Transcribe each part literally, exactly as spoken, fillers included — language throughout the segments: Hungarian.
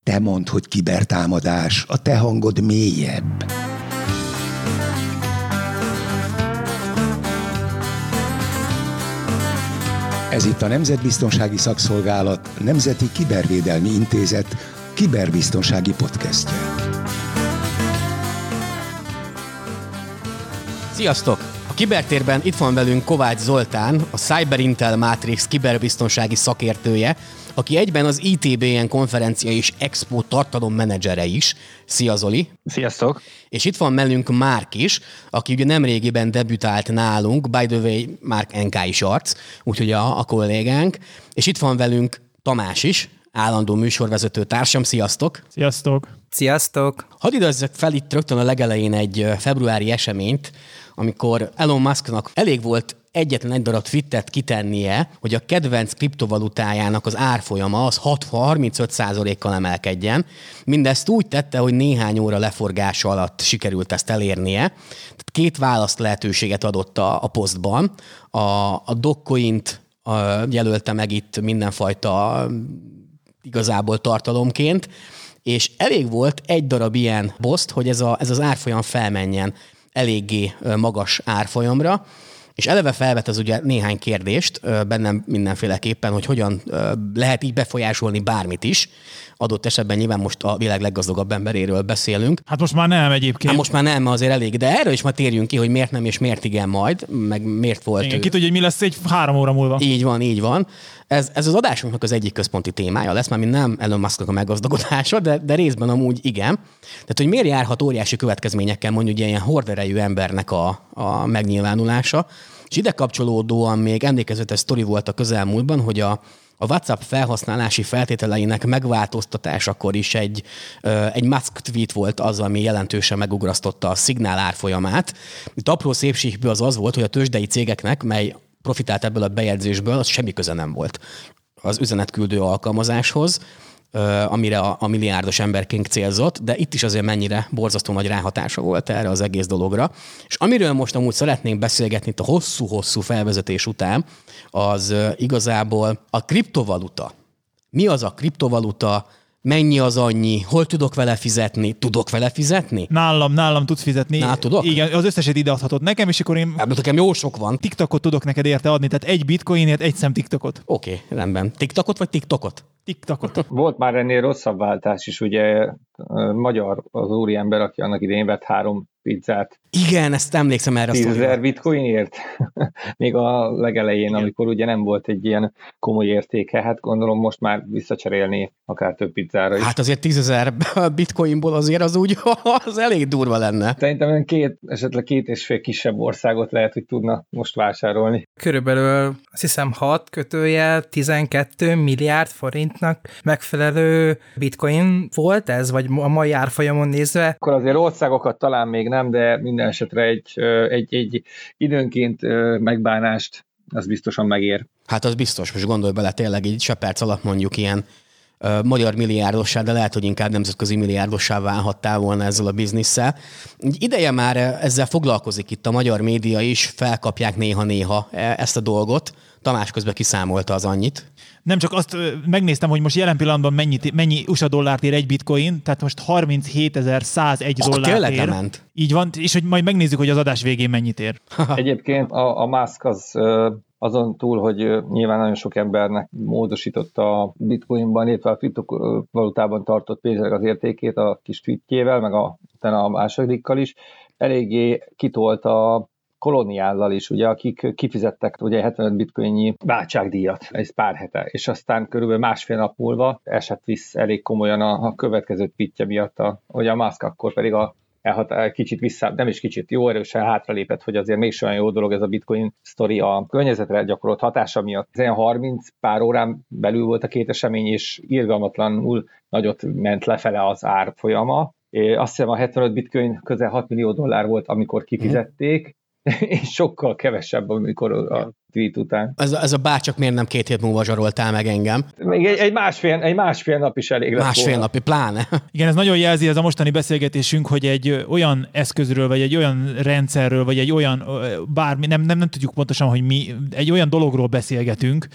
Te mondd, hogy kibertámadás, a te hangod mélyebb. Ez itt a Nemzetbiztonsági Szakszolgálat Nemzeti Kibervédelmi Intézet kiberbiztonsági podcastje. Sziasztok! A kibertérben itt van velünk Kovács Zoltán, a Cyberintel Matrix kiberbiztonsági szakértője, aki egyben az i té bé en konferencia és expo tartalommenedzsere is. Szia Zoli! Sziasztok! És itt van velünk Márk is, aki ugye nemrégiben debütált nálunk, by the way, Márk en ká is arc, úgyhogy a, a kollégánk. És itt van velünk Tamás is, állandó műsorvezető társam. Sziasztok! Sziasztok! Sziasztok! Hadd idézzek fel itt rögtön a legelején egy februári eseményt, amikor Elon Musknak elég volt egyetlen egy darab twittet kitennie, hogy a kedvenc kriptovalutájának az árfolyama az harmincöt százalékkal emelkedjen. Mindezt úgy tette, hogy néhány óra leforgása alatt sikerült ezt elérnie. Tehát két választ lehetőséget adott a, a posztban. A, a Dogecoint jelölte meg itt mindenfajta igazából tartalomként, és elég volt egy darab ilyen poszt, hogy ez, a, ez az árfolyam felmenjen eléggé magas árfolyamra, és eleve felvet az ugye néhány kérdést bennem mindenféleképpen, hogy hogyan lehet így befolyásolni bármit is. Adott esetben nyilván most a világ leggazdagabb emberéről beszélünk. Hát most már nem egyébként. Hát most már nem, azért elég, de erről is már térjünk ki, hogy miért nem és miért igen majd, meg miért volt. Igen, ki tudja, hogy mi lesz egy három óra múlva. Így van, így van. Ez, ez az adásunknak az egyik központi témája lesz, már mint nem Elon Musknak a meggazdagodása, de, de részben amúgy igen. Tehát, hogy miért járhat óriási következményekkel mondjuk ilyen horderejű embernek a, a megnyilvánulása. És ide kapcsolódóan még emlékezetes sztori volt a közelmúltban, hogy a, a WhatsApp felhasználási feltételeinek megváltoztatásakor is egy, egy Musk tweet volt az, ami jelentősen megugrasztotta a Signal árfolyamát. Itt apró szépségből az az volt, hogy a tőzsdei cégeknek, mely profitált ebből a bejegyzésből, az semmi köze nem volt az üzenetküldő alkalmazáshoz, amire a, a milliárdos emberként célzott, de itt is azért mennyire borzasztó nagy ráhatása volt erre az egész dologra. És amiről most amúgy szeretnénk beszélgetni itt a hosszú-hosszú felvezetés után, az igazából a kriptovaluta. Mi az a kriptovaluta? Mennyi az annyi? Hol tudok vele fizetni? Tudok vele fizetni? Nálam, nálam tudsz fizetni. Nál tudok? Igen, az összeset ideadhatod nekem, és akkor én... Ebből nekem jó sok van. TikTokot tudok neked érte adni, tehát egy bitcoinért egy szem TikTokot. Oké, okay, rendben. TikTokot vagy TikTokot? TikTokot. Volt már ennél rosszabb váltás is, ugye magyar az úriember, aki annak idején vett három pizzát. Igen, ezt emlékszem erre a sztorira. tízezer bitcoinért? Még a legelején, igen. Amikor ugye nem volt egy ilyen komoly értéke, hát gondolom most már visszacserélni akár több pizzára is. Hát azért tízezer bitcoinból azért az úgy, az elég durva lenne. Szerintem két, esetleg két és fél kisebb országot lehet, hogy tudna most vásárolni. Körülbelül azt hiszem hat kötőjel tizenkét milliárd forintnak megfelelő bitcoin volt ez, vagy a mai árfolyamon nézve? Akkor azért országokat talán még nem, de minden esetre egy, egy, egy időnként megbánást az biztosan megér. Hát az biztos, most gondolj bele, tényleg így se perc alatt mondjuk ilyen uh, magyar milliárdossá, de lehet, hogy inkább nemzetközi milliárdossá válhattál volna ezzel a biznisszel. Ideje már ezzel foglalkozik itt a magyar média is, felkapják néha-néha ezt a dolgot. Tamás közben kiszámolta az annyit. Nem csak azt megnéztem, hogy most jelen pillanatban mennyit, mennyi u es á dollárt ér egy bitcoin, tehát most harminchétezer-százegy dollárt ér. Lement. Így van, és hogy majd megnézzük, hogy az adás végén mennyit ér. Egyébként a, a Musk az azon túl, hogy nyilván nagyon sok embernek módosította a bitcoinban, illetve a kriptovalutában tartott pénznek az értékét a kis tweetjével, meg a, utána a másodikkal is, eléggé kitolt a koloniállal is, ugye, akik kifizettek ugye hetvenöt bitcoinnyi váltságdíjat egy pár hete, és aztán körülbelül másfél nap múlva esett vissza elég komolyan a, a következő tweetje miatt, a, hogy a Musk akkor pedig a elhat, kicsit vissza, nem is kicsit, jó erősen hátralépett, hogy azért mégsem olyan jó dolog ez a bitcoin sztori a környezetre gyakorolt hatása miatt. Ez ilyen harminc pár órán belül volt a két esemény, és irgalmatlanul nagyot ment lefele az árfolyama. Azt hiszem a hetvenöt bitcoin közel hat millió dollár volt, amikor kifizették, és sokkal kevesebb, amikor a tweet után. Ez, ez a bárcsak miért nem két hét múlva zsaroltál meg engem? Még egy, egy, másfél, egy másfél nap is elég lesz. Másfél volna. napi, pláne. Igen, ez nagyon jelzi ez a mostani beszélgetésünk, hogy egy olyan eszközről, vagy egy olyan rendszerről, vagy egy olyan bármi, nem, nem, nem tudjuk pontosan, hogy mi, egy olyan dologról beszélgetünk,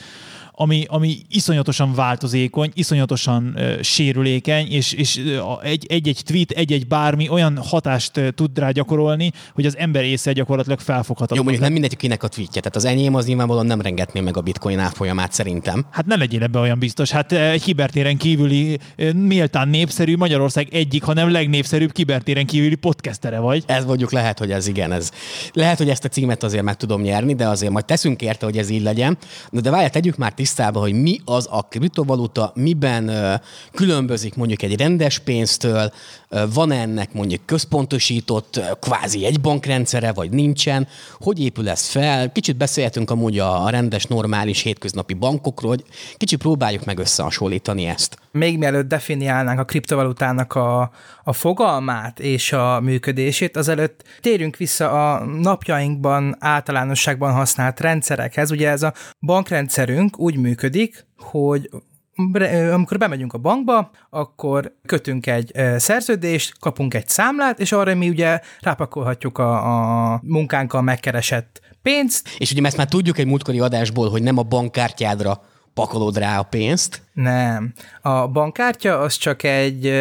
ami, ami iszonyatosan változékony, iszonyatosan uh, sérülékeny, és, és uh, egy, egy-egy tweet, egy-egy bármi olyan hatást uh, tud rá gyakorolni, hogy az ember észre gyakorlatilag felfoghatatlan. Jó, mondjuk nem mindegy, kinek a tweetje. Tehát az enyém az nyilvánvalóan nem rengetné meg a bitcoin árfolyamát szerintem. Hát ne legyél ebbe olyan biztos. Hát uh, kibertéren kívüli, uh, méltán népszerű, Magyarország egyik, ha nem legnépszerűbb kibertéren kívüli podcastere vagy. Ez mondjuk lehet, hogy ez igen. Ez. Lehet, hogy ezt a címet azért meg tudom nyerni, de azért majd teszünk érte, hogy ez így legyen. De, de várjál, tegyük már tisztába, hogy mi az a kriptovaluta, miben ö, különbözik mondjuk egy rendes pénztől, ö, van ennek mondjuk központosított ö, kvázi egy bankrendszere, vagy nincsen, hogy épül ez fel. Kicsit beszélhetünk amúgy a, a rendes, normális, hétköznapi bankokról, hogy kicsit próbáljuk meg összehasonlítani ezt. Még mielőtt definiálnánk a kriptovalutának a, a fogalmát és a működését, azelőtt térjünk vissza a napjainkban általánosságban használt rendszerekhez. Ugye ez a bankrendszerünk úgy működik, hogy amikor bemegyünk a bankba, akkor kötünk egy szerződést, kapunk egy számlát, és arra mi ugye rápakolhatjuk a, a munkánkkal megkeresett pénzt. És ugye ezt már tudjuk egy múltkori adásból, hogy nem a bankkártyádra pakolod rá a pénzt. Nem. A bankkártya az csak egy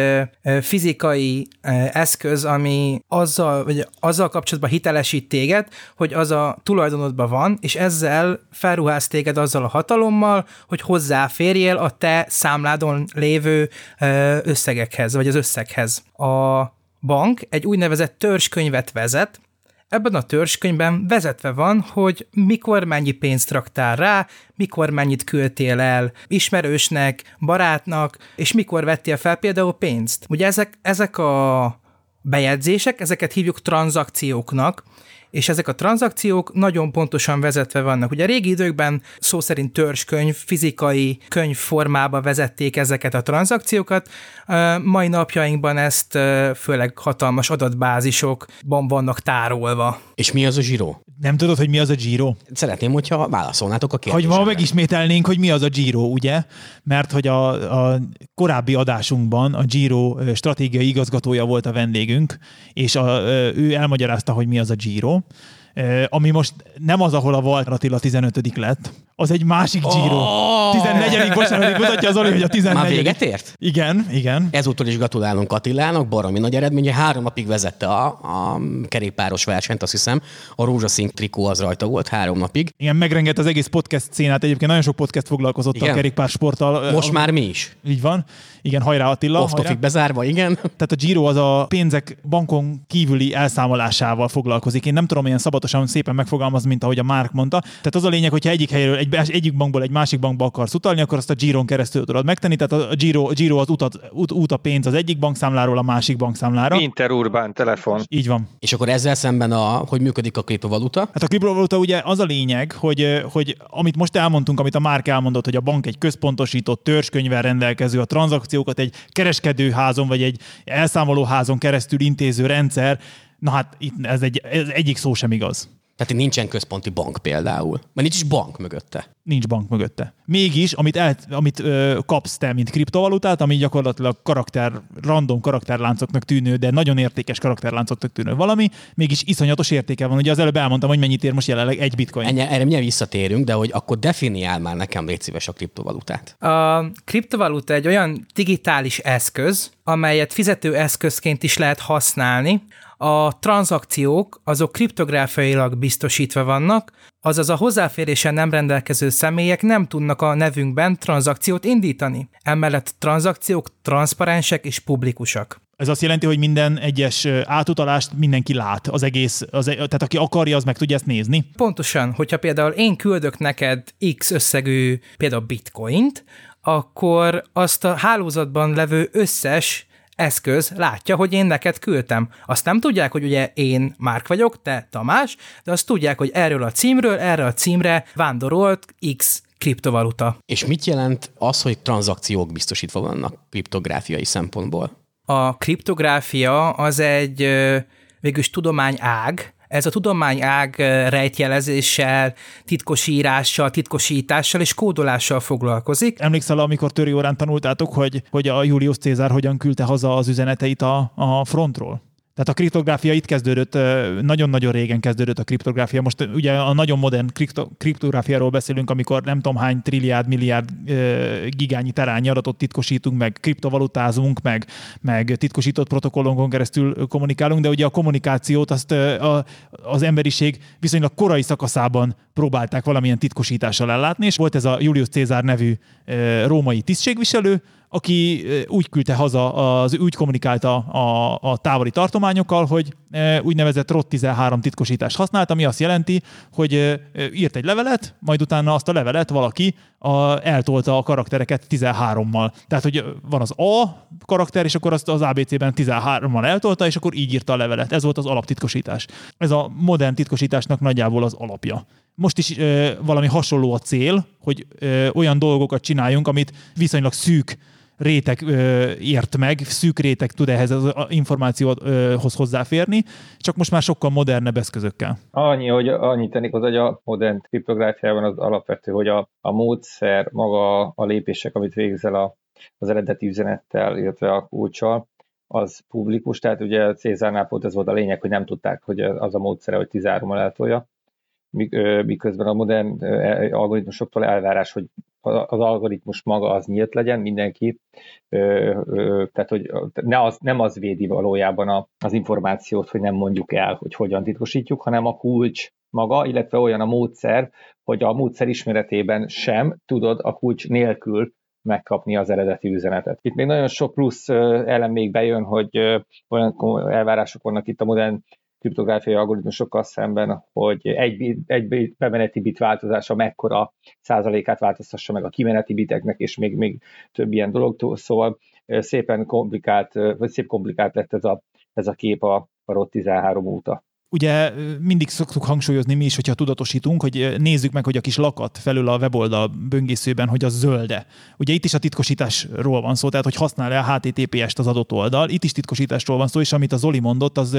fizikai eszköz, ami azzal, vagy azzal kapcsolatban hitelesít téged, hogy az a tulajdonodban van, és ezzel felruház téged azzal a hatalommal, hogy hozzáférjél a te számládon lévő összegekhez, vagy az összeghez. A bank egy úgynevezett törzskönyvet vezet. Ebben a törzskönyvben vezetve van, hogy mikor mennyi pénzt raktál rá, mikor mennyit küldtél el ismerősnek, barátnak, és mikor vettél fel például pénzt. Ugye ezek, ezek a bejegyzések, ezeket hívjuk tranzakcióknak, és ezek a tranzakciók nagyon pontosan vezetve vannak. Ugye a régi időkben szó szerint törzskönyv, fizikai könyv formába vezették ezeket a tranzakciókat, mai napjainkban ezt főleg hatalmas adatbázisokban vannak tárolva. És mi az a zsíró? Nem tudod, hogy mi az a Giro? Szeretném, hogyha válaszolnátok a kérdésemre. Hogy ma megismételnénk, hogy mi az a Giro, ugye? Mert hogy a, a korábbi adásunkban a Giro stratégiai igazgatója volt a vendégünk, és a, ő elmagyarázta, hogy mi az a Giro. Ami most nem az, ahol a Walter Attila tizenötödik lett, az egy másik Giro. Oh! tizennegyedik bocsánat, mutatja az Oli, hogy a tizennegyedik. Már véget ért? Igen, igen. Ezúttal is gratulálunk Attilának, baromi nagy eredménye. Három napig vezette a, a kerékpáros versenyt, azt hiszem. A rózsaszín trikó az rajta volt három napig. Igen, megrengett az egész podcast színát. Egyébként nagyon sok podcast foglalkozott igen. a kerékpársporttal. Most a... már mi is. Így van. Igen, hajrá Attila. Off-topic bezárva, igen. Tehát a Giro az a pénzek bankon kívüli elszámolásával foglalkozik. Én nem tudom ilyen szabatosan szépen megfogalmazni, mint ahogy a Mark mondta. Tehát az a lényeg, hogyha egyik helyről, egy, egyik bankból egy másik bankba akarsz utalni, akkor azt a Giron keresztül tudod megtenni. Tehát a Giro, Giro az utat, út, út a pénz az egyik bankszámláról a másik bankszámlára. Interurbán telefon. Így van. És akkor ezzel szemben, a, hogy működik a kriptovaluta? Hát a kriptovaluta ugye az a lényeg, hogy, hogy amit most elmondtunk, amit a Mark elmondott, hogy a bank egy központosított törzskönyvvel rendelkező, a tranzakciókat egy kereskedőházon vagy egy elszámolóházon keresztül intéző rendszer, na hát itt ez, egy, ez egyik szó sem igaz. Tehát nincsen központi bank például. Mert nincs is bank mögötte. Nincs bank mögötte. Mégis, amit, el, amit ö, kapsz te, mint kriptovalutát, ami gyakorlatilag karakter, random karakterláncoknak tűnő, de nagyon értékes karakterláncoknak tűnő valami, mégis iszonyatos értéke van. Ugye az előbb elmondtam, hogy mennyit ér most jelenleg egy bitcoin. Ennyi, erre mindjárt visszatérünk, de hogy akkor definiál már nekem, légy szíves, a kriptovalutát. A kriptovaluta egy olyan digitális eszköz, amelyet fizetőeszközként is lehet használni. A tranzakciók azok kriptográfiailag biztosítva vannak, azaz a hozzáférésen nem rendelkező személyek nem tudnak a nevünkben tranzakciót indítani. Emellett a tranzakciók transzparensek és publikusak. Ez azt jelenti, hogy minden egyes átutalást mindenki lát, az egész, az, tehát aki akarja, az meg tudja ezt nézni? Pontosan, hogyha például én küldök neked X összegű például bitcoint, akkor azt a hálózatban levő összes eszköz látja, hogy én neked küldtem. Azt nem tudják, hogy ugye én Márk vagyok, te Tamás, de azt tudják, hogy erről a címről, erre a címre vándorolt X kriptovaluta. És mit jelent az, hogy tranzakciók biztosítva vannak kriptográfiai szempontból? A kriptográfia az egy végülis tudományág. Ez a tudományág rejtjelezéssel, titkosírással, titkosítással és kódolással foglalkozik. Emlékszel, amikor törőórán tanultátok, hogy, hogy a Julius Cézár hogyan küldte haza az üzeneteit a, a frontról? Tehát a kriptográfia itt kezdődött, nagyon-nagyon régen kezdődött a kriptográfia. Most ugye a nagyon modern kripto, kriptográfiáról beszélünk, amikor nem tudom hány trilliárd, milliárd gigányi terányi adatot titkosítunk, meg kriptovalutázunk, meg, meg titkosított protokollokon keresztül kommunikálunk, de ugye a kommunikációt azt a, az emberiség viszonylag korai szakaszában próbálták valamilyen titkosítással ellátni, és volt ez a Julius Caesar nevű római tisztségviselő, aki úgy küldte haza, az, úgy kommunikálta a, a távoli tartományokkal, hogy úgynevezett R O T tizenhárom titkosítást használt, ami azt jelenti, hogy írt egy levelet, majd utána azt a levelet valaki a, eltolta a karaktereket tizenhárommal. Tehát, hogy van az A karakter, és akkor azt az á bé cében tizenhárommal eltolta, és akkor így írta a levelet. Ez volt az alaptitkosítás. Ez a modern titkosításnak nagyjából az alapja. Most is ö, valami hasonló a cél, hogy ö, olyan dolgokat csináljunk, amit viszonylag szűk réteg ö, ért meg, szűk réteg tud ehhez az információhoz hozzáférni, csak most már sokkal modernebb eszközökkel. Annyi, hogy annyit tennék hozzá, hogy a modern kriptográfiában az alapvető, hogy a, a módszer, maga a lépések, amit végzel a, az eredeti üzenettel, illetve a kulccsal, az publikus, tehát ugye Cézárnál pont ez volt a lényeg, hogy nem tudták, hogy az a módszere, hogy tizenhárommal eltolja, miközben a modern algoritmusoktól elvárás, hogy az algoritmus maga az nyílt legyen, mindenki, tehát hogy ne az, nem az védi valójában az információt, hogy nem mondjuk el, hogy hogyan titkosítjuk, hanem a kulcs maga, illetve olyan a módszer, hogy a módszer ismeretében sem tudod a kulcs nélkül megkapni az eredeti üzenetet. Itt még nagyon sok plusz elem még bejön, hogy olyan elvárások vannak itt a modern kriptográfiai algoritmusokkal szemben, hogy egy, egy bemeneti bit változása mekkora százalékát változtassa meg a kimeneti biteknek, és még, még több ilyen dolog. Szóval szépen komplikált, vagy szép komplikált lett ez a, ez a kép a, a R O T tizenhárom óta. Ugye mindig szoktuk hangsúlyozni mi is, hogyha tudatosítunk, hogy nézzük meg, hogy a kis lakat felül a weboldal böngészőben, hogy az zölde. Ugye itt is a titkosításról van szó, tehát hogy használ-e a há té té pé est az adott oldal. Itt is titkosításról van szó, és amit a Zoli mondott, az,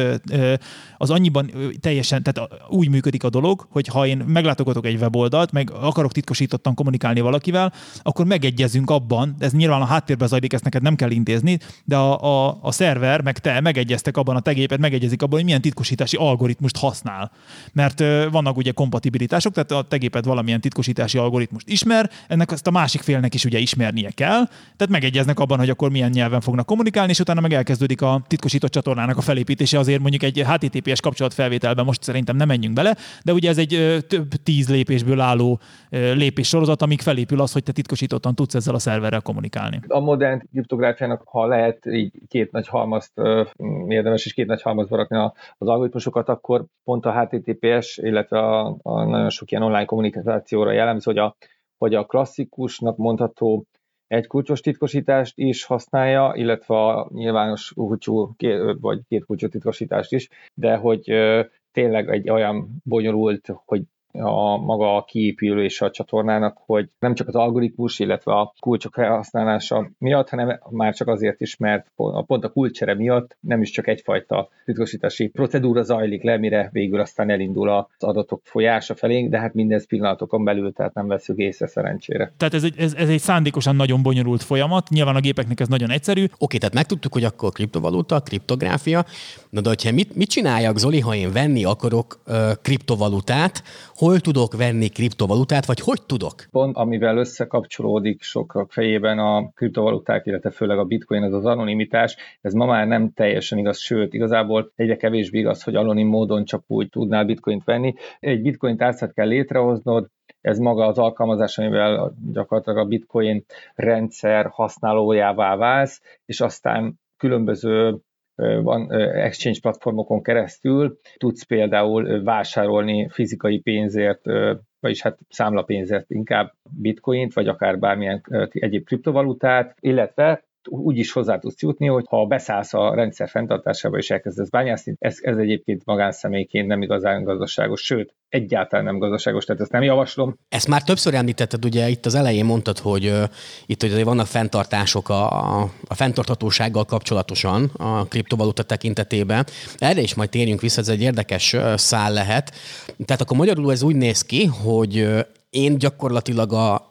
az annyiban teljesen, tehát úgy működik a dolog, hogy ha én meglátogatok egy weboldalt, meg akarok titkosítottan kommunikálni valakivel, akkor megegyezünk abban, ez nyilván a háttérben zajlik, ezt neked nem kell intézni, de a, a, a szerver, meg te megegyeztek abban, a te géped megegyezik abban, hogy milyen titkosítási algoritmust használ. Mert vannak ugye kompatibilitások, tehát a te géped valamilyen titkosítási algoritmust ismer, ennek azt a másik félnek is ugye ismernie kell, tehát megegyeznek abban, hogy akkor milyen nyelven fognak kommunikálni, és utána meg elkezdődik a titkosított csatornának a felépítése, azért mondjuk egy há té té pé es kapcsolatfelvételben most szerintem nem menjünk bele, de ugye ez egy több tíz lépésből álló lépéssorozat, amíg felépül az, hogy te titkosítottan tudsz ezzel a szerverrel kommunikálni. A modern kriptográfiának, ha lehet így két nagy halmazt, érdemes is két nagy halmazba rakni az algoritmusokat, akkor pont a há té té pé es, illetve a, a nagyon sok ilyen online kommunikációra jellemző, hogy a, hogy a klasszikusnak mondható egy kulcsos titkosítást is használja, illetve a nyilvános kulcsú vagy két kulcsú titkosítást is, de hogy tényleg egy olyan bonyolult, hogy a maga a kiépülés a csatornának, hogy nem csak az algoritmus, illetve a kulcsok felhasználása miatt, hanem már csak azért is, mert pont a kulcsere miatt nem is csak egyfajta titkosítási procedúra zajlik le, mire végül aztán elindul az adatok folyása felénk, de hát mindez pillanatokon belül, tehát nem veszük észre szerencsére. Tehát ez egy, ez, ez egy szándékosan nagyon bonyolult folyamat, nyilván a gépeknek ez nagyon egyszerű. Oké, tehát megtudtuk, hogy akkor kriptovaluta, kriptográfia, na de hogyha mit, mit csináljak, Zoli, ha én venni akarok uh, kriptovalutát, hol tudok venni kriptovalutát, vagy hogy tudok? Pont amivel összekapcsolódik sokak fejében a kriptovaluták, illetve főleg a bitcoin, az az anonimitás, ez ma már nem teljesen igaz, sőt, igazából egyre kevésbé igaz, hogy anonim módon csak úgy tudnál bitcoint venni. Egy bitcoin tárcát kell létrehoznod, ez maga az alkalmazás, amivel gyakorlatilag a bitcoin rendszer használójává válsz, és aztán különböző van exchange platformokon keresztül tudsz például vásárolni fizikai pénzért, vagyis hát számlapénzért inkább bitcoint, vagy akár bármilyen egyéb kriptovalutát, illetve úgy is hozzá tudsz jutni, hogy ha beszállsz a rendszer fenntartásába és elkezdesz bányászni, ez, ez egyébként magánszemélyként nem igazán gazdaságos, sőt, egyáltalán nem gazdaságos, tehát ezt nem javaslom. Ezt már többször említetted, ugye itt az elején mondtad, hogy uh, itt hogy vannak fenntartások a, a fenntarthatósággal kapcsolatosan a kriptovaluta tekintetében. Erre is majd térjünk vissza, ez egy érdekes uh, szál lehet. Tehát akkor magyarul ez úgy néz ki, hogy uh, én gyakorlatilag a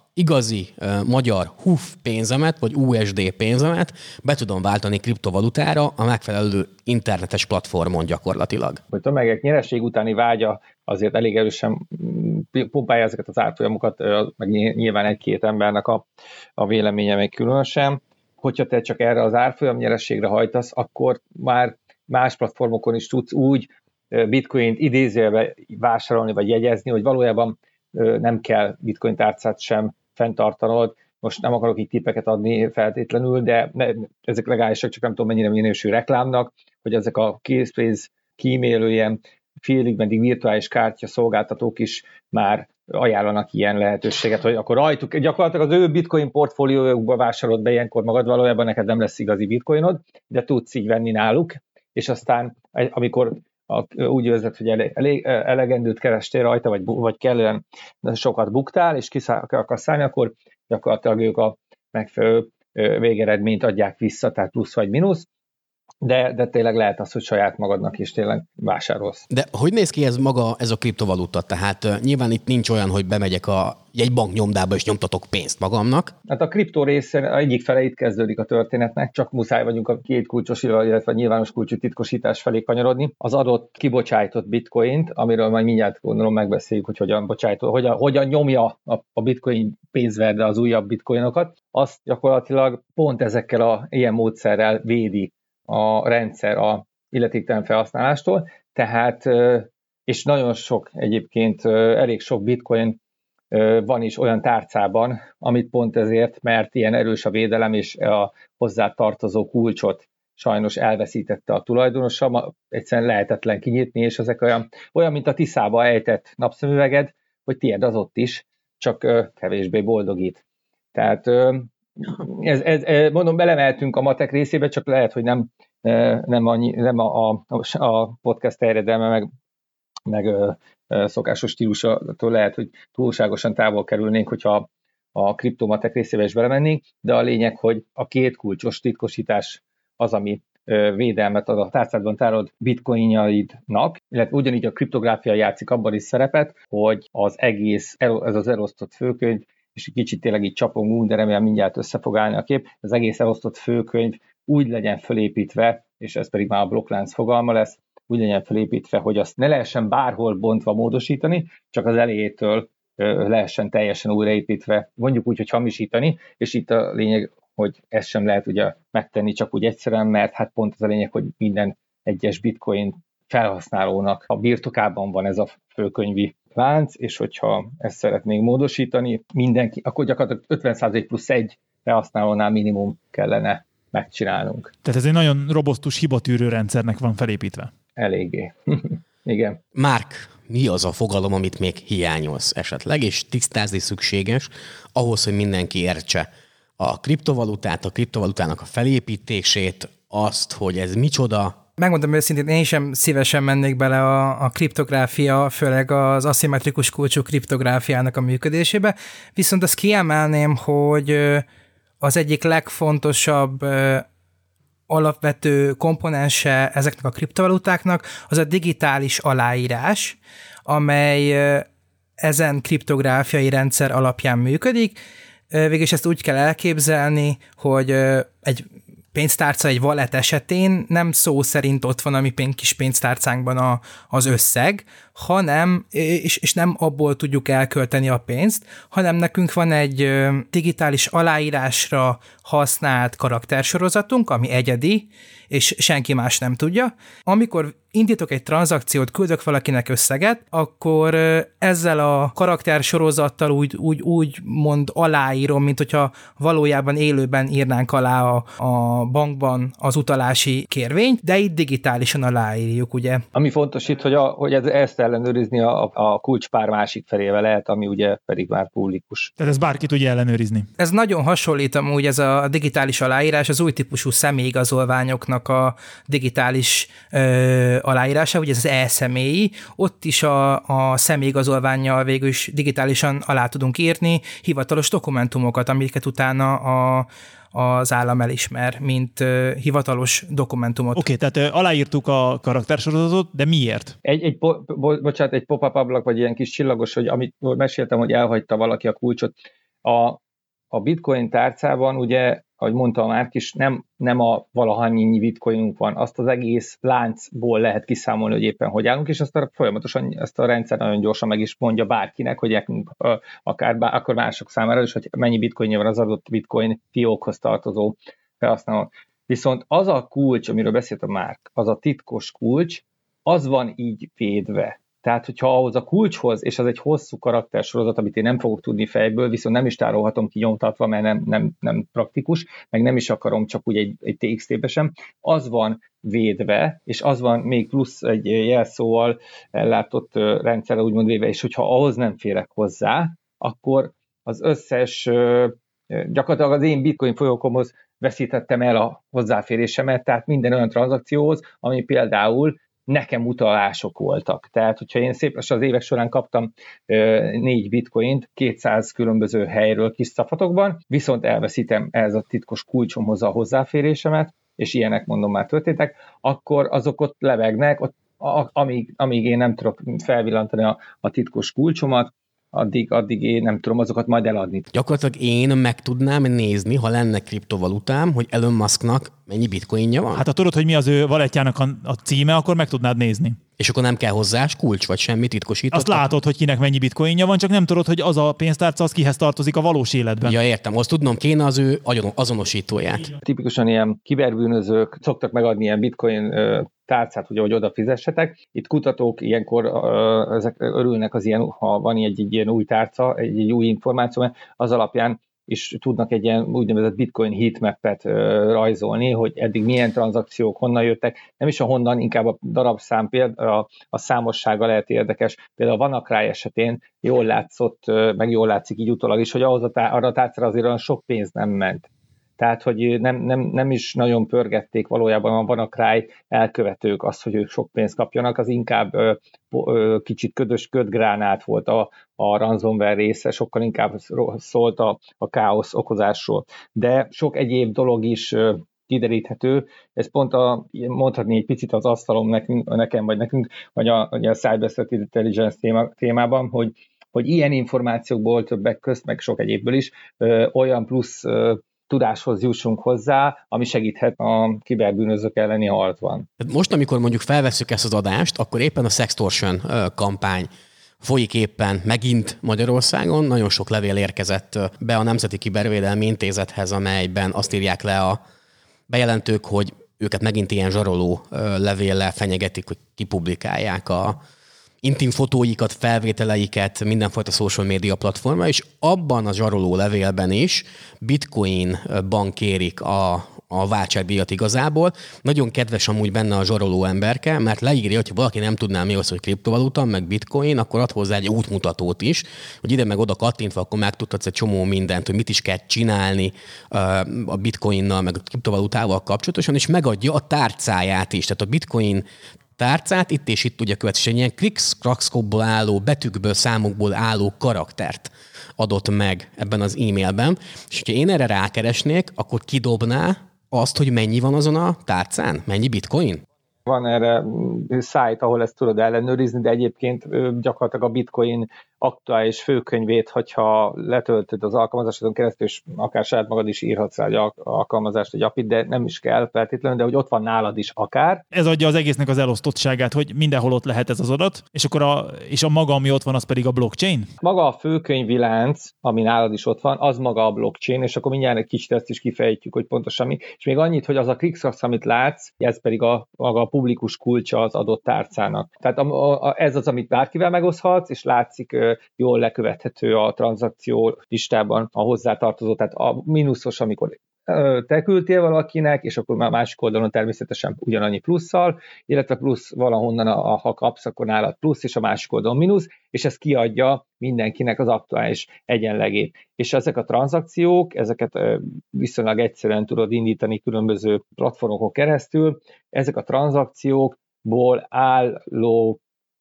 igazi uh, magyar hú ef pénzemet, vagy u es dé pénzemet be tudom váltani kriptovalutára a megfelelő internetes platformon gyakorlatilag. A tömegek nyereség utáni vágya azért elég erősen pumpálja ezeket az árfolyamokat, meg nyilván egy-két embernek a, a véleménye még különösen. Hogyha te csak erre az árfolyam nyerességre hajtasz, akkor már más platformokon is tudsz úgy bitcoint idézőjelbe vásárolni, vagy jegyezni, hogy valójában nem kell bitcoin tárcát sem fenntartanod. Most nem akarok így tippeket adni feltétlenül, de ne, ezek legálisak, csak nem tudom mennyire minősül reklámnak, hogy ezek a készpénz kímélő ilyen félig meddig virtuális kártya szolgáltatók is már ajánlanak ilyen lehetőséget, hogy akkor rajtuk, gyakorlatilag az ő bitcoin portfóliójukba vásárolod be ilyenkor magad, valójában neked nem lesz igazi bitcoinod, de tudsz így venni náluk, és aztán amikor úgy érzed, hogy elég, elég, elegendőt kerestél rajta, vagy, vagy kellően sokat buktál, és ki akarsz szállni, akkor gyakorlatilag ők a megfelelő végeredményt adják vissza, tehát plusz vagy mínusz, de, de tényleg lehet az, hogy saját magadnak is tényleg vásárolsz. De hogy néz ki ez maga, ez a kriptovaluta? Tehát uh, nyilván itt nincs olyan, hogy bemegyek a egy banknyomdába és nyomtatok pénzt magamnak. Hát a kriptó része egyik fele itt kezdődik a történetnek, csak muszáj vagyunk a két kulcsos, illetve nyilvános kulcsú titkosítás felé kanyarodni. Az adott kibocsájtott bitcoint, amiről majd mindjárt gondolom megbeszéljük, hogy hogyan bocsájtó, hogyan, hogyan nyomja a, a bitcoin pénzverde az újabb bitcoinokat, azt gyakorlatilag pont ezekkel a ilyen módszerrel védi a rendszer a illetéktelen felhasználástól, tehát, és nagyon sok egyébként, elég sok bitcoin van is olyan tárcában, amit pont ezért, mert ilyen erős a védelem, és a hozzá tartozó kulcsot sajnos elveszítette a tulajdonosa, egyszerűen lehetetlen kinyitni, és ezek olyan, olyan mint a tiszába ejtett napszemüveged, hogy tiéd az ott is, csak kevésbé boldogít. Tehát Ez, ez, mondom, belemeltünk a matek részébe, csak lehet, hogy nem, nem, annyi, nem a, a, a podcast terjedelme, meg, meg szokásos stílusától lehet, hogy túlságosan távol kerülnénk, hogyha a kriptomatek részébe is belemennénk, de a lényeg, hogy a két kulcsos titkosítás az, ami védelmet ad a tárcádban tárolod bitcoinjaidnak, illetve ugyanígy a kriptográfia játszik abban is szerepet, hogy az egész, ez az elosztott főkönyv, és egy kicsit tényleg így csapongunk, de remélem mindjárt össze fog állni a kép, az egész elosztott főkönyv úgy legyen felépítve, és ez pedig már a blokklánc fogalma lesz, úgy legyen felépítve, hogy azt ne lehessen bárhol bontva módosítani, csak az elejétől lehessen teljesen újraépítve, mondjuk úgy, hogy hamisítani, és itt a lényeg, hogy ezt sem lehet ugye megtenni csak úgy egyszerűen, mert hát pont az a lényeg, hogy minden egyes bitcoin felhasználónak a birtokában van ez a főkönyvi lánc, és hogyha ezt szeretnénk módosítani, mindenki, akkor gyakorlatilag ötven százalék plusz egy felhasználónál minimum kellene megcsinálnunk. Tehát ez egy nagyon robosztus hibatűrő rendszernek van felépítve. Eléggé. Igen. Márk, mi az a fogalom, amit még hiányolsz esetleg, és tisztázni szükséges ahhoz, hogy mindenki értse a kriptovalutát, a kriptovalutának a felépítését, azt, hogy ez micsoda. Megmondom őszintén, én sem szívesen mennék bele a, a kriptográfia, főleg az aszimmetrikus kulcsú kriptográfiának a működésébe, viszont azt kiemelném, hogy az egyik legfontosabb alapvető komponense ezeknek a kriptovalutáknak az a digitális aláírás, amely ezen kriptográfiai rendszer alapján működik. Végülis ezt úgy kell elképzelni, hogy egy pénztárca, egy wallet esetén nem szó szerint ott van a mi kis pénztárcánkban a, az összeg, hanem, és, és nem abból tudjuk elkölteni a pénzt, hanem nekünk van egy digitális aláírásra használt karaktersorozatunk, ami egyedi, és senki más nem tudja. Amikor indítok egy tranzakciót, küldök valakinek összeget, akkor ezzel a karaktersorozattal úgy, úgy, úgy mond aláírom, mint hogyha valójában élőben írnánk alá a, a bankban az utalási kérvényt, de itt digitálisan aláírjuk, ugye. Ami fontos itt, hogy, a, hogy ez, ezt ellenőrizni a, a kulcspár másik felével lehet, ami ugye pedig már publikus. Tehát ez bárki tudja ellenőrizni. Ez nagyon hasonlít amúgy ez a digitális aláírás az új típusú személyigazolványoknak a digitális ö, aláírása, ugye ez az e-személyi, ott is a, a személyigazolvánnyal végül is digitálisan alá tudunk írni hivatalos dokumentumokat, amiket utána a az állam elismer, mint uh, hivatalos dokumentumot. Oké, okay, tehát uh, aláírtuk a karaktersorozatot, de miért? Egy, egy, bo- bo- bocsánat, egy pop-up ablak, vagy ilyen kis csillagos, hogy amit meséltem, hogy elhagyta valaki a kulcsot, A, a bitcoin tárcában ugye, ahogy mondta a Márk is, nem, nem a valahanyi bitcoinunk van, azt az egész láncból lehet kiszámolni, hogy éppen hogy állunk, és azt a, folyamatosan ezt a rendszer nagyon gyorsan meg is mondja bárkinek, hogy nekünk, akár bár, akkor mások számára is, hogy mennyi bitcoinja van az adott bitcoin fiókhoz tartozó felhasználó. Viszont az a kulcs, amiről beszélt a Márk, az a titkos kulcs, az van így védve. Tehát, hogyha ahhoz a kulcshoz, és az egy hosszú karaktersorozat, amit én nem fogok tudni fejből, viszont nem is tárolhatom ki nyomtatva, mert nem, nem, nem praktikus, meg nem is akarom csak úgy egy, egy té iksz té-be sem, az van védve, és az van még plusz egy jelszóval ellátott rendszerre úgymond védve, és hogyha ahhoz nem férek hozzá, akkor az összes, gyakorlatilag az én bitcoin folyókomhoz veszítettem el a hozzáférésemet, tehát minden olyan tranzakcióhoz, ami például nekem utalások voltak. Tehát, hogyha én szép az évek során kaptam négy bitcoint kétszáz különböző helyről kis szafatokban, viszont elveszítem ez a titkos kulcsomhoz a hozzáférésemet, és ilyenek mondom már történtek, akkor azok ott levegnek, ott, a, amíg, amíg én nem tudok felvillantani a, a titkos kulcsomat, addig, addig én nem tudom azokat majd eladni. Gyakorlatilag én meg tudnám nézni, ha lenne kriptovalutám, hogy Elon Musknak mennyi bitcoinja van? Hát ha tudod, hogy mi az ő valetjának a, a címe, akkor meg tudnád nézni. És akkor nem kell hozzá kulcs, vagy semmi titkosított? Azt látod, hogy kinek mennyi bitcoinja van, csak nem tudod, hogy az a pénztárca az kihez tartozik a valós életben. Ja, értem. Azt tudnom kéne az ő azonosítóját. Tipikusan ilyen kiberbűnözők szoktak megadni ilyen bitcoin tárcát, ugye, hogy oda fizessetek. Itt kutatók ilyenkor uh, ezek örülnek az ilyen, ha van egy, egy ilyen új tárca, egy, egy új információ, az alapján is tudnak egy ilyen úgynevezett bitcoin heatmap-et uh, rajzolni, hogy eddig milyen tranzakciók honnan jöttek, nem is a honnan, inkább a darabszám, például a, a számossága lehet érdekes. Például a WannaCry esetén jól látszott, uh, meg jól látszik így utólag is, hogy ahhoz a tá- arra a tárcára azért olyan sok pénz nem ment. Tehát, hogy nem, nem, nem is nagyon pörgették valójában a WannaCry elkövetők azt, hogy ők sok pénzt kapjanak, az inkább ö, ö, kicsit ködös ködgránát volt a, a ransomware része, sokkal inkább szólt a, a káosz okozásról. De sok egyéb dolog is ö, kideríthető, ez pont a, mondhatni egy picit az asztalom nekünk, nekem vagy nekünk, vagy a, vagy a Cyber Threat Intelligence téma, témában, hogy, hogy ilyen információkból többek közt, meg sok egyébből is ö, olyan plusz ö, tudáshoz jussunk hozzá, ami segíthet a kiberbűnözők elleni harcban. Most, amikor mondjuk felvesszük ezt az adást, akkor éppen a Sextortion kampány folyik éppen megint Magyarországon. Nagyon sok levél érkezett be a Nemzeti Kibervédelmi Intézethez, amelyben azt írják le a bejelentők, hogy őket megint ilyen zsaroló levéllel fenyegetik, hogy kipublikálják a intim fotóikat, felvételeiket mindenfajta social media platformra, és abban a zsaroló levélben is bitcoinban kérik a, a váltságdíjat igazából. Nagyon kedves amúgy benne a zsaroló emberke, mert leírja, hogy ha valaki nem tudná mi az, hogy kriptovaluta, meg bitcoin, akkor ad hozzá egy útmutatót is, hogy ide meg oda kattintva, akkor megtudhatsz egy csomó mindent, hogy mit is kell csinálni a bitcoinnal, meg a kriptovalutával kapcsolatosan, és megadja a tárcáját is. Tehát a bitcoin tárcát itt és itt ugye követően ilyen Krix-Kraxkokból álló, betűkből, számokból álló karaktert adott meg ebben az e-mailben, és hogyha én erre rákeresnék, akkor kidobná azt, hogy mennyi van azon a tárcán? Mennyi bitcoin? Van erre szájt, ahol ezt tudod ellenőrizni, de egyébként gyakorlatilag a bitcoin aktuális főkönyvét, hogyha letöltöd az alkalmazásodon keresztül, és akár saját magad is írhatsz rá egy alkalmazást, egy apit, de nem is kell feltétlenül, de hogy ott van nálad is akár. Ez adja az egésznek az elosztottságát, hogy mindenhol ott lehet ez az adat, és akkor a, és a maga, ami ott van, az pedig a blockchain? Maga a főkönyvi lánc, ami nálad is ott van, az maga a blockchain, és akkor mindjárt egy kicsit ezt is kifejtjük, hogy pontosan mi. És még annyit, hogy az a Krixkrax, amit látsz, ez pedig a, maga a publikus kulcsa az adott tárcának. Tehát a, a, ez az, amit bárkivel megoszthatsz, és látszik jól lekövethető a tranzakció listában a hozzátartozó, tehát a mínuszos, amikor te küldtél valakinek, és akkor már másik oldalon természetesen ugyanannyi plusszal, illetve plusz valahonnan, a, ha kapsz, akkor nálad plusz, és a másik oldalon mínusz, és ez kiadja mindenkinek az aktuális egyenlegét. És ezek a tranzakciók, ezeket viszonylag egyszerűen tudod indítani különböző platformokon keresztül, ezek a tranzakciókból álló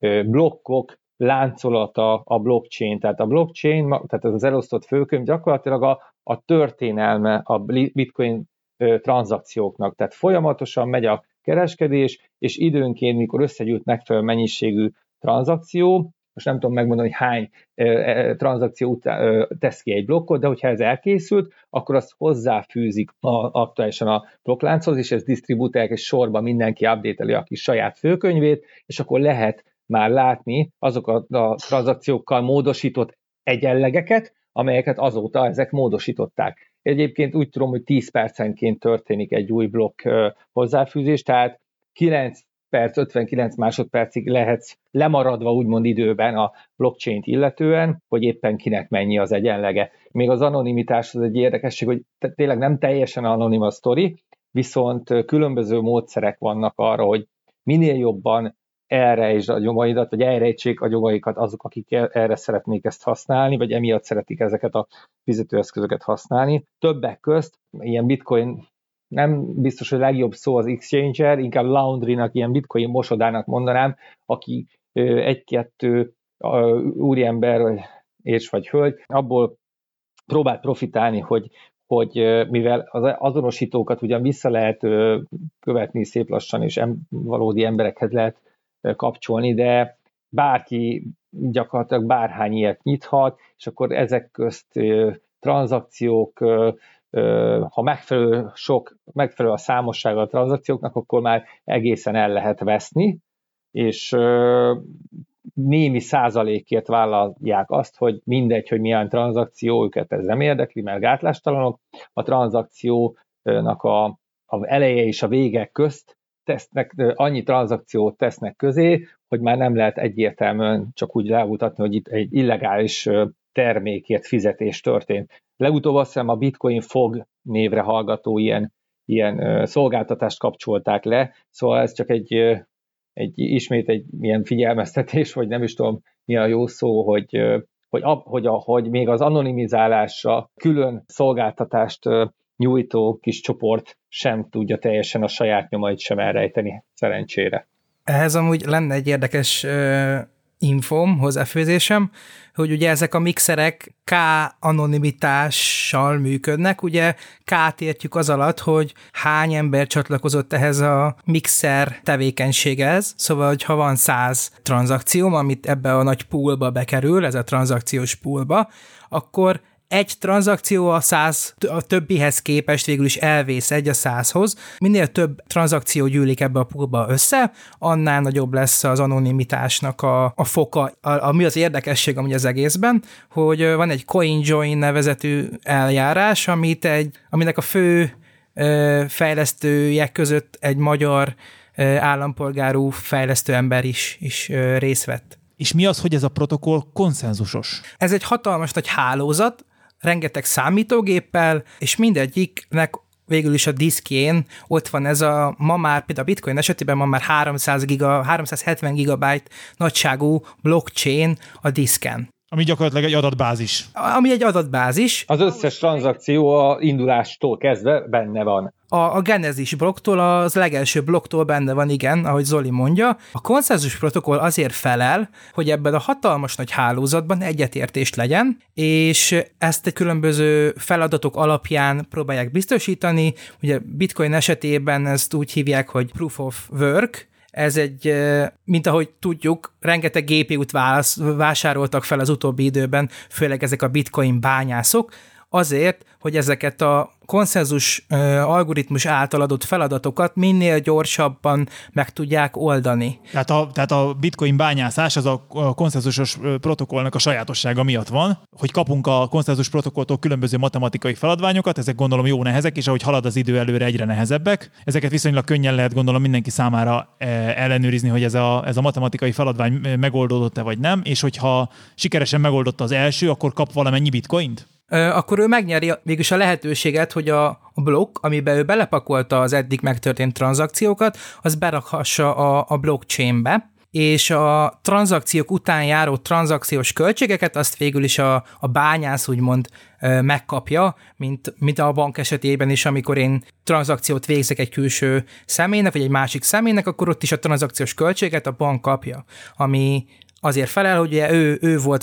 blokkok láncolata a blockchain. Tehát a blockchain, tehát az elosztott főkönyv gyakorlatilag a, a történelme a bitcoin tranzakcióknak. Tehát folyamatosan megy a kereskedés, és időnként, mikor összegyűjt megfelelő mennyiségű tranzakció, most nem tudom megmondani, hogy hány e, tranzakció után tesz ki egy blokkot, de hogyha ez elkészült, akkor azt hozzáfűzik a, aktuálisan a blokklánchoz, és ez disztribútálják, és sorban mindenki update-eli a kis saját főkönyvét, és akkor lehet már látni azokat a tranzakciókkal módosított egyenlegeket, amelyeket azóta ezek módosították. Egyébként úgy tudom, hogy tíz percenként történik egy új blokk hozzáfűzés, tehát kilenc perc, ötvenkilenc másodpercig lehetsz lemaradva úgymond időben a blockchain-t illetően, hogy éppen kinek mennyi az egyenlege. Még az anonimitás az egy érdekesség, hogy tényleg nem teljesen anonim a sztori, viszont különböző módszerek vannak arra, hogy minél jobban elrejtsd a nyomaidat, vagy elrejtsék a nyomaikat azok, akik erre szeretnék ezt használni, vagy emiatt szeretik ezeket a fizetőeszközöket használni. Többek közt ilyen bitcoin, nem biztos, hogy a legjobb szó az exchanger, inkább laundrynak, ilyen bitcoin mosodának mondanám, aki egy-kettő úriember, és vagy hölgy, abból próbált profitálni, hogy hogy mivel az azonosítókat ugyan vissza lehet követni szép lassan, és valódi emberekhez lehet kapcsolni, de bárki gyakorlatilag bárhány ilyet nyithat, és akkor ezek közt tranzakciók, ha megfelelő sok, megfelelő a számossága a tranzakcióknak, akkor már egészen el lehet veszni, és némi százalékért vállalják azt, hogy mindegy, hogy milyen tranzakció, őket ez nem érdekli, mert gátlástalanok, a tranzakciónak a, a eleje és a vége közt tesznek, annyi tranzakciót tesznek közé, hogy már nem lehet egyértelműen csak úgy rámutatni, hogy itt egy illegális termékért fizetés történt. Legutóbb azt hiszem a Bitcoin Fog névre hallgató ilyen, ilyen szolgáltatást kapcsolták le, szóval ez csak egy, egy ismét egy ilyen figyelmeztetés, vagy nem is tudom mi a jó szó, hogy, hogy, hogy, a, hogy még az anonimizálásra külön szolgáltatást nyújtó kis csoport sem tudja teljesen a saját nyomait sem elrejteni, szerencsére. Ehhez amúgy lenne egy érdekes uh, infóm, hozzáfőzésem, hogy ugye ezek a mixerek K-anonimitással működnek, ugye K-t értjük az alatt, hogy hány ember csatlakozott ehhez a mixer tevékenységhez, szóval, hogy ha van száz tranzakcióm, amit ebbe a nagy poolba bekerül, ez a tranzakciós poolba, akkor egy tranzakció a száz, a többihez képest végül is elvész egy a százhoz. Minél több tranzakció gyűlik ebbe a poolba össze, annál nagyobb lesz az anonimitásnak a, a foka. A, ami az érdekesség amúgy az egészben, hogy van egy CoinJoin nevezetű eljárás, amit egy, aminek a fő ö, fejlesztője között egy magyar ö, állampolgárú fejlesztő ember is, is ö, részt vett. És mi az, hogy ez a protokoll konszenzusos? Ez egy hatalmas nagy hálózat, rengeteg számítógéppel, és mindegyiknek végül is a diszkjén ott van ez a ma már, például a Bitcoin esetében ma már háromszáz giga, háromszázhetven gigabyte nagyságú blockchain a diszken. Ami gyakorlatilag egy adatbázis. Ami egy adatbázis. Az összes tranzakció a indulástól kezdve benne van. A, a Genesis blokktól, az legelső blokktól benne van, igen, ahogy Zoli mondja. A konszenzus protokoll azért felel, hogy ebben a hatalmas nagy hálózatban egyetértés legyen, és ezt egy különböző feladatok alapján próbálják biztosítani. Ugye Bitcoin esetében ezt úgy hívják, hogy Proof of Work. Ez egy, mint ahogy tudjuk, rengeteg gé pé út vásároltak fel az utóbbi időben, főleg ezek a bitcoin bányászok, azért, hogy ezeket a konszenzus algoritmus által adott feladatokat minél gyorsabban meg tudják oldani. Tehát a, tehát a bitcoin bányászás az a konszenzusos protokollnak a sajátossága miatt van, hogy kapunk a konszenzus protokolltól különböző matematikai feladványokat, ezek gondolom jó nehezek, és ahogy halad az idő előre, egyre nehezebbek. Ezeket viszonylag könnyen lehet gondolom mindenki számára ellenőrizni, hogy ez a, ez a matematikai feladvány megoldódott-e vagy nem, és hogyha sikeresen megoldotta az első, akkor kap valamennyi bitcoint? Akkor ő megnyeri mégis a lehetőséget, hogy a, a blokk, amiben ő belepakolta az eddig megtörtént tranzakciókat, az berakhassa a, a blockchainbe, és a tranzakciók után járó tranzakciós költségeket azt végül is a, a bányász úgymond megkapja, mint, mint a bank esetében is, amikor én tranzakciót végzek egy külső személynek, vagy egy másik személynek, akkor ott is a tranzakciós költséget a bank kapja, ami azért felel, hogy ő, ő volt az a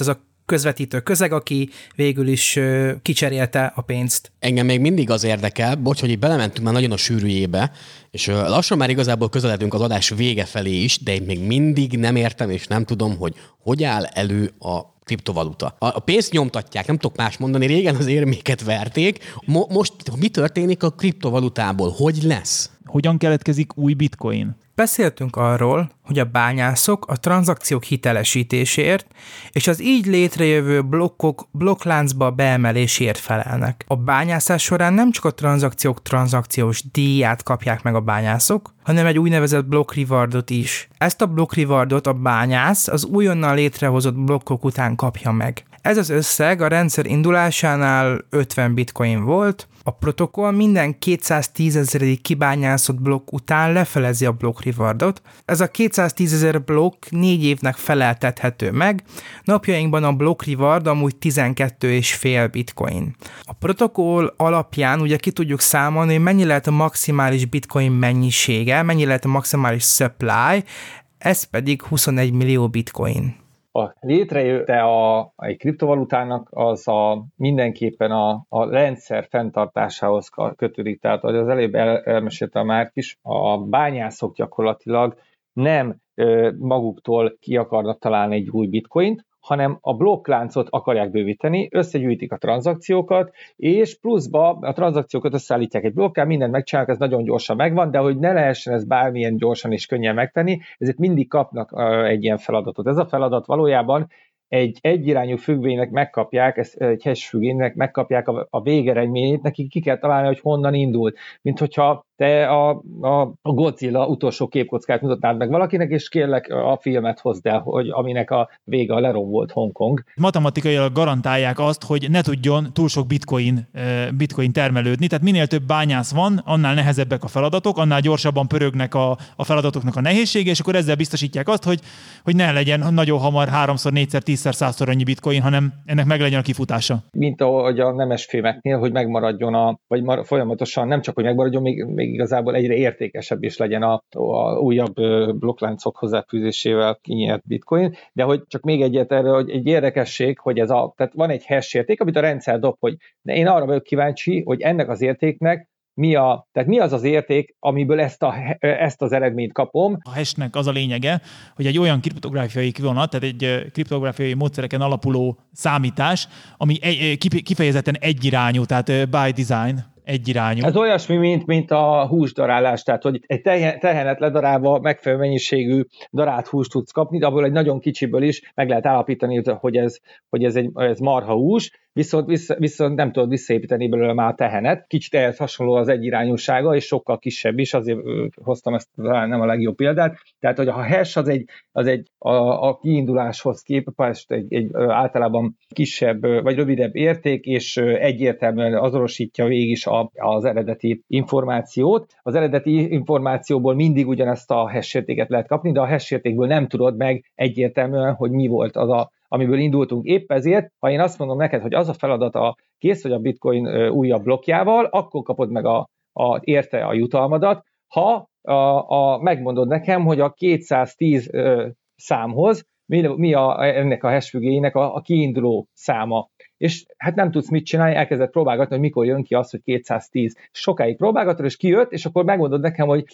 közvetítő közeg, aki végül is kicserélte a pénzt. Engem még mindig az érdekel, bocs, hogy így belementünk már nagyon a sűrűjébe, és lassan már igazából közeledünk az adás vége felé is, de én még mindig nem értem, és nem tudom, hogy hogy áll elő a kriptovaluta. A pénzt nyomtatják, nem tudok más mondani, régen az érméket verték. Mo- most mi történik a kriptovalutából? Hogy lesz? Hogyan keletkezik új bitcoin? Beszéltünk arról, hogy a bányászok a tranzakciók hitelesítésért és az így létrejövő blokkok blokkláncba beemelésért felelnek. A bányászás során nem csak a tranzakciók tranzakciós díját kapják meg a bányászok, hanem egy úgynevezett block rewardot is. Ezt a block rewardot a bányász az újonnan létrehozott blokkok után kapja meg. Ez az összeg a rendszer indulásánál ötven bitcoin volt, a protokoll minden kétszáztízezeredik kibányászott blokk után lefelezi a block rewardot. Ez a kétszáztízezer blokk négy évnek feleltethető meg, napjainkban a block reward amúgy tizenkettő egész öt bitcoin. A protokoll alapján ugye ki tudjuk számolni, hogy mennyi lehet a maximális bitcoin mennyisége, mennyi lehet a maximális supply, ez pedig huszonegy millió bitcoin. A létrejötte a, egy kriptovalutának az a, mindenképpen a, a rendszer fenntartásához kötődik. Tehát, ahogy az előbb el, elmesélte a Márk is, a bányászok gyakorlatilag nem ö, maguktól ki akarnak találni egy új bitcoint, hanem a blokkláncot akarják bővíteni, összegyűjtik a tranzakciókat, és pluszba a tranzakciókat összeállítják egy blokká, mindent megcsinálnak, ez nagyon gyorsan megvan, de hogy ne lehessen ezt bármilyen gyorsan és könnyen megtenni, ezért mindig kapnak egy ilyen feladatot. Ez a feladat valójában egy egyirányú függvénynek megkapják, ezt, egy hash függvénynek megkapják a, a végeredményét, nekik ki kell találni, hogy honnan indult. Mint hogyha te a, a, a Godzilla utolsó képkockát mutatnád meg valakinek, és kérlek a filmet hozd el, hogy aminek a vége a lerombolt Hongkong. Matematikailag garantálják azt, hogy ne tudjon túl sok bitcoin, bitcoin termelődni, tehát minél több bányász van, annál nehezebbek a feladatok, annál gyorsabban pörögnek a, a feladatoknak a nehézsége, és akkor ezzel biztosítják azt, hogy, hogy ne legyen nagyon hamar háromszor, négyszer, tízszer, százszor annyi bitcoin, hanem ennek meg legyen a kifutása. Mint ahogy a nemesfémeknél, hogy megmaradjon a, vagy mar, folyamatosan nem csak, hogy megmaradjon, még, még igazából egyre értékesebb is legyen a, a újabb blokkláncok hozzáfűzésével kinyert bitcoin, de hogy csak még egyet erre, hogy egy érdekesség, hogy ez a, tehát van egy hash érték, amit a rendszer dob, hogy én arra vagyok kíváncsi, hogy ennek az értéknek mi, a, tehát mi az az érték, amiből ezt, a, ezt az eredményt kapom. A hashnek az a lényege, hogy egy olyan kriptográfiai kivonat, tehát egy kriptográfiai módszereken alapuló számítás, ami kifejezetten egyirányú, tehát by design, egyirányú. Ez olyasmi, mint, mint a húsdarálás, tehát hogy egy tehenet ledarálva megfelelő mennyiségű darált húst tudsz kapni, de abból egy nagyon kicsiből is meg lehet állapítani, hogy ez, hogy ez egy ez marha hús, viszont, vissza, viszont nem tudod visszaépíteni belőle már a tehenet. Kicsit ehhez hasonló az egyirányúsága, és sokkal kisebb is, azért hoztam ezt nem a legjobb példát. Tehát, hogy a hash az egy, az egy a, a kiinduláshoz képest egy, egy általában kisebb vagy rövidebb érték, és egyértelműen azonosítja végig is a, az eredeti információt. Az eredeti információból mindig ugyanezt a hash értéket lehet kapni, de a hash értékből nem tudod meg egyértelműen, hogy mi volt az a amiből indultunk. Épp ezért, ha én azt mondom neked, hogy az a feladata kész, hogy a bitcoin újabb blokkjával, akkor kapod meg a, a, érte a jutalmadat, ha a, a, megmondod nekem, hogy a kétszáztíz ö, számhoz mi, mi a, ennek a hash függvénynek a, a kiinduló száma. És hát nem tudsz mit csinálni, elkezdett próbálgatni, hogy mikor jön ki az, hogy kétszáztíz. Sokáig próbálgatod, és kijött, és akkor megmondod nekem, hogy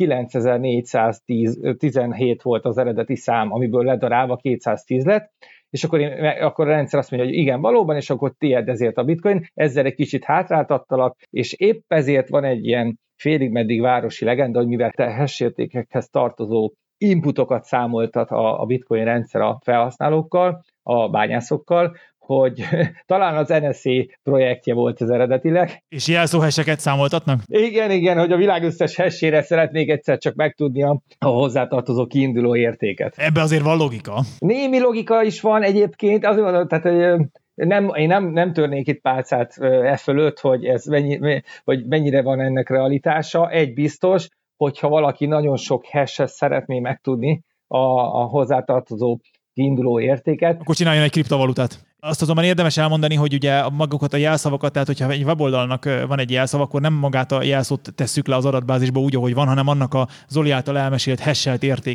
kilencezer-négyszáztizenhét volt az eredeti szám, amiből ledarálva kétszáztíz lett, és akkor, én, akkor a rendszer azt mondja, hogy igen, valóban, és akkor tiéd ezért a bitcoin, ezzel egy kicsit hátráltattalak, és épp ezért van egy ilyen félig meddig városi legenda, hogy mivel te hash értékekhez tartozó inputokat számoltat a, a bitcoin rendszer a felhasználókkal, a bányászokkal, hogy talán az en es á projektje volt ez eredetileg. És jelszóhasheket számoltatnak? Igen, igen, hogy a világ összes hashére szeretnék egyszer csak megtudni a, a hozzátartozó kiinduló értéket. Ebbe azért van logika. Némi logika is van egyébként, azért mondom, tehát nem, én nem, nem törnék itt pálcát e fölött, hogy, ez mennyi, hogy mennyire van ennek realitása. Egy biztos, hogyha valaki nagyon sok hash-hez szeretné megtudni a, a hozzátartozó kiinduló értéket. Akkor csináljon egy kriptovalutát. Azt azonban érdemes elmondani, hogy ugye magukat a jelszavat, tehát hogyha egy weboldalnak van egy jelszav, akkor nem magát a jelszót tesszük le az adatbázisba úgy, ahogy van, hanem annak a Zoli által elmesélt hash-elt értékét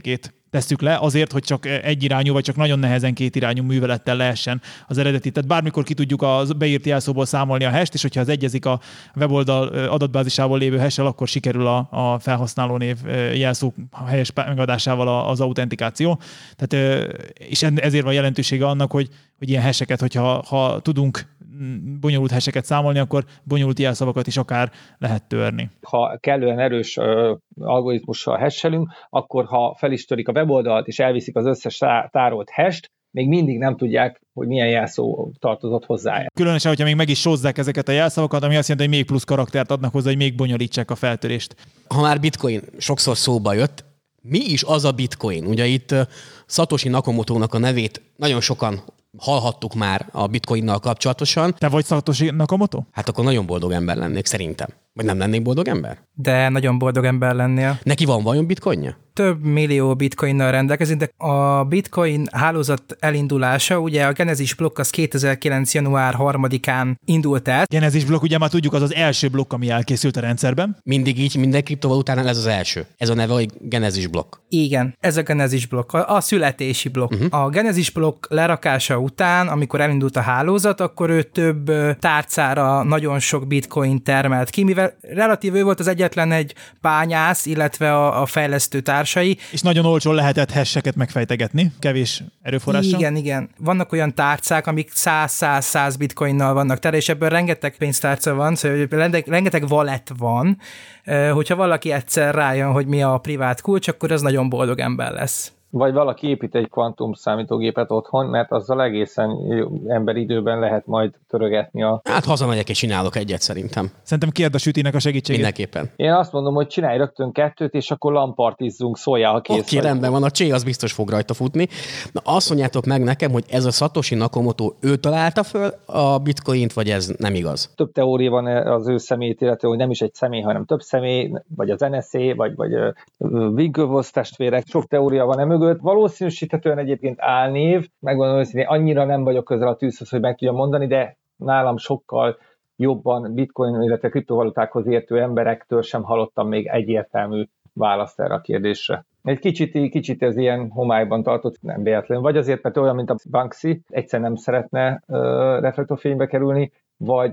tesszük le, azért, hogy csak egyirányú, vagy csak nagyon nehezen kétirányú művelettel lehessen az eredeti. Tehát bármikor ki tudjuk a beírt jelszóból számolni a hash-t, és hogyha az egyezik a weboldal adatbázisával lévő hash-el, akkor sikerül a, a felhasználó név jelszó helyes megadásával az autentikáció. Tehát, és ezért van jelentősége annak, hogy, hogy ilyen hash-eket, hogyha ha tudunk bonyolult hash-eket számolni, akkor bonyolult jelszavakat is akár lehet törni. Ha kellően erős uh, algoritmussal hashelünk, akkor ha fel is törik a weboldalt, és elviszik az összes tárolt hash-t, még mindig nem tudják, hogy milyen jelszó tartozott hozzá. Különösen, hogyha még meg is hozzák ezeket a jelszavakat, ami azt jelenti, hogy még plusz karaktert adnak hozzá, hogy még bonyolítsák a feltörést. Ha már bitcoin sokszor szóba jött, mi is az a bitcoin? Ugye itt Satoshi Nakamoto-nak a nevét nagyon sokan hallhattuk már a bitcoinnal kapcsolatosan. Te vagy Satoshi Nakamoto? Hát akkor nagyon boldog ember lennék, szerintem. Vagy nem lennék boldog ember? De nagyon boldog ember lennél. Neki van vajon bitcoinja? Több millió bitcoinnal rendelkezik, de a bitcoin hálózat elindulása, ugye a Genesis blokk az kétezer-kilenc. január harmadikán indult el. Genesis blokk, ugye már tudjuk, az az első blokk, ami elkészült a rendszerben. Mindig így, minden kriptovalutánál ez az első. Ez a neve, hogy Genesis blokk. Igen, ez a Genesis blokk, a, a születési blokk. Uh-huh. A Genesis blokk lerakása után, amikor elindult a hálózat, akkor ő több tárcára nagyon sok bitcoin termelt ki, mivel relatív ő volt az egyetlen egy bányász, illetve a, a fejlesztő társai. És nagyon olcsón lehetett hash-eket megfejtegetni, kevés erőforrással. Igen, igen. Vannak olyan tárcák, amik száz-száz-száz bitcoinnal vannak tele, és ebből rengeteg pénztárca van, szóval rengeteg wallet van. Hogyha valaki egyszer rájön, hogy mi a privát kulcs, akkor az nagyon boldog ember lesz. Vagy valaki épít egy kvantum számítógépet otthon, mert azzal egészen emberi időben lehet majd törögetni a... Hát hazamegyek és csinálok egyet szerintem. Szerintem kérd a sütinek a segítségét. Mindenképpen. Én azt mondom, hogy csinálj rögtön kettőt, és akkor lampartizzunk, szóljál, ha kész. Oké, rendben van, a csé az biztos fog rajta futni. Na azt mondjátok meg nekem, hogy ez a Satoshi Nakamoto, ő találta föl a bitcoint, vagy ez nem igaz? Több teória van az ő személyét, illetve hogy nem is egy személy, hanem több személy, vagy az en es á, vagy, vagy Winklevoss testvérek, sok teória van emögött. Valószínűsíthetően egyébként álnév, megmondom őszintén, annyira nem vagyok közel a tűzhöz, hogy meg tudjam mondani, de nálam sokkal jobban bitcoin, illetve kriptovalutákhoz értő emberektől sem hallottam még egyértelmű választ erre a kérdésre. Egy kicsit, kicsit ez ilyen homályban tartott, nem véletlen. Vagy azért, mert olyan, mint a Banksy, egyszer nem szeretne uh, reflektorfénybe kerülni, vagy,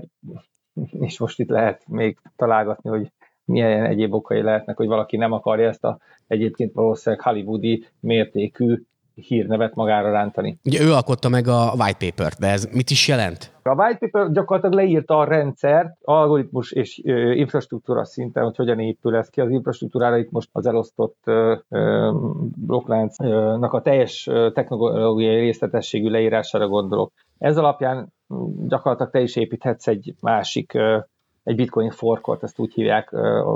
és most itt lehet még találgatni, hogy milyen egyéb okai lehetnek, hogy valaki nem akarja ezt a egyébként valószínűleg hollywoodi mértékű hírnevet magára rántani. Ugye ő alkotta meg a white paper-t, de ez mit is jelent? A white paper gyakorlatilag leírta a rendszert, algoritmus és ö, infrastruktúra szinten, hogy hogyan épül ez ki. Az infrastruktúrára itt most az elosztott ö, ö, blokkláncnak a teljes ö, technológiai részletességű leírására gondolok. Ez alapján gyakorlatilag te is építhetsz egy másik ö, egy bitcoin forkot, ezt úgy hívják,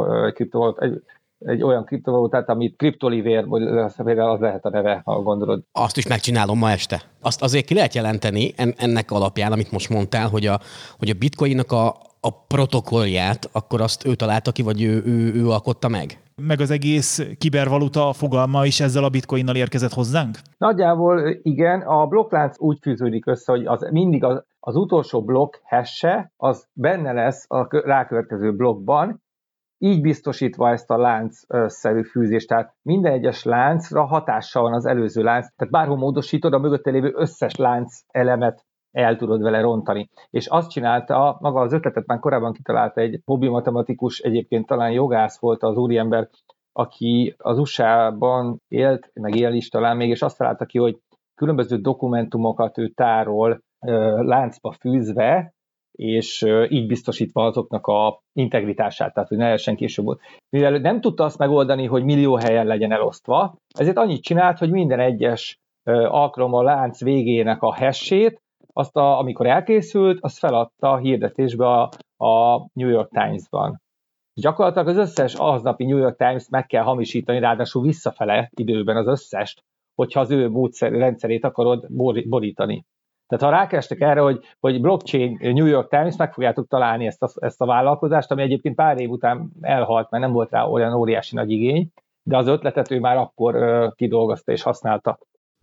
egy, egy olyan kriptovalutát, amit kriptolivér, vagy például az lehet a neve, ha gondolod. Azt is megcsinálom ma este. Azt azért ki lehet jelenteni ennek alapján, amit most mondtál, hogy a, hogy a bitcoinnak a, a protokollját, akkor azt ő találta ki, vagy ő, ő, ő alkotta meg? Meg az egész kibervaluta fogalma is ezzel a bitcoinnal érkezett hozzánk? Nagyjából igen, a blokklánc úgy fűződik össze, hogy az mindig az, az utolsó blokk hash-e, az benne lesz a rákövetkező blokkban, így biztosítva ezt a láncszerű fűzést. Tehát minden egyes láncra hatással van az előző lánc, tehát bárhol módosítod, a mögötte lévő összes lánc elemet el tudod vele rontani. És azt csinálta, maga az ötletet már korábban kitalálta egy hobbi matematikus, egyébként talán jogász volt az úriember, aki az u es á-ban élt, meg él is talán még, és azt találta ki, hogy különböző dokumentumokat ő tárol láncba fűzve, és így biztosítva azoknak a integritását, tehát hogy ne lehessen később. Mivel nem tudta azt megoldani, hogy millió helyen legyen elosztva, ezért annyit csinált, hogy minden egyes alkalommal a lánc végének a hash-ét, azt a, amikor elkészült, azt feladta a hirdetésbe a, a New York Times-ban. Gyakorlatilag az összes aznapi New York Times meg kell hamisítani, ráadásul visszafele időben az összest, hogyha az ő módszer, rendszerét akarod borítani. Tehát ha rákerestek erre, hogy, hogy blockchain New York Times, meg fogjátok találni ezt a, ezt a vállalkozást, ami egyébként pár év után elhalt, mert nem volt rá olyan óriási nagy igény, de az ötletet ő már akkor uh, kidolgozta és használta.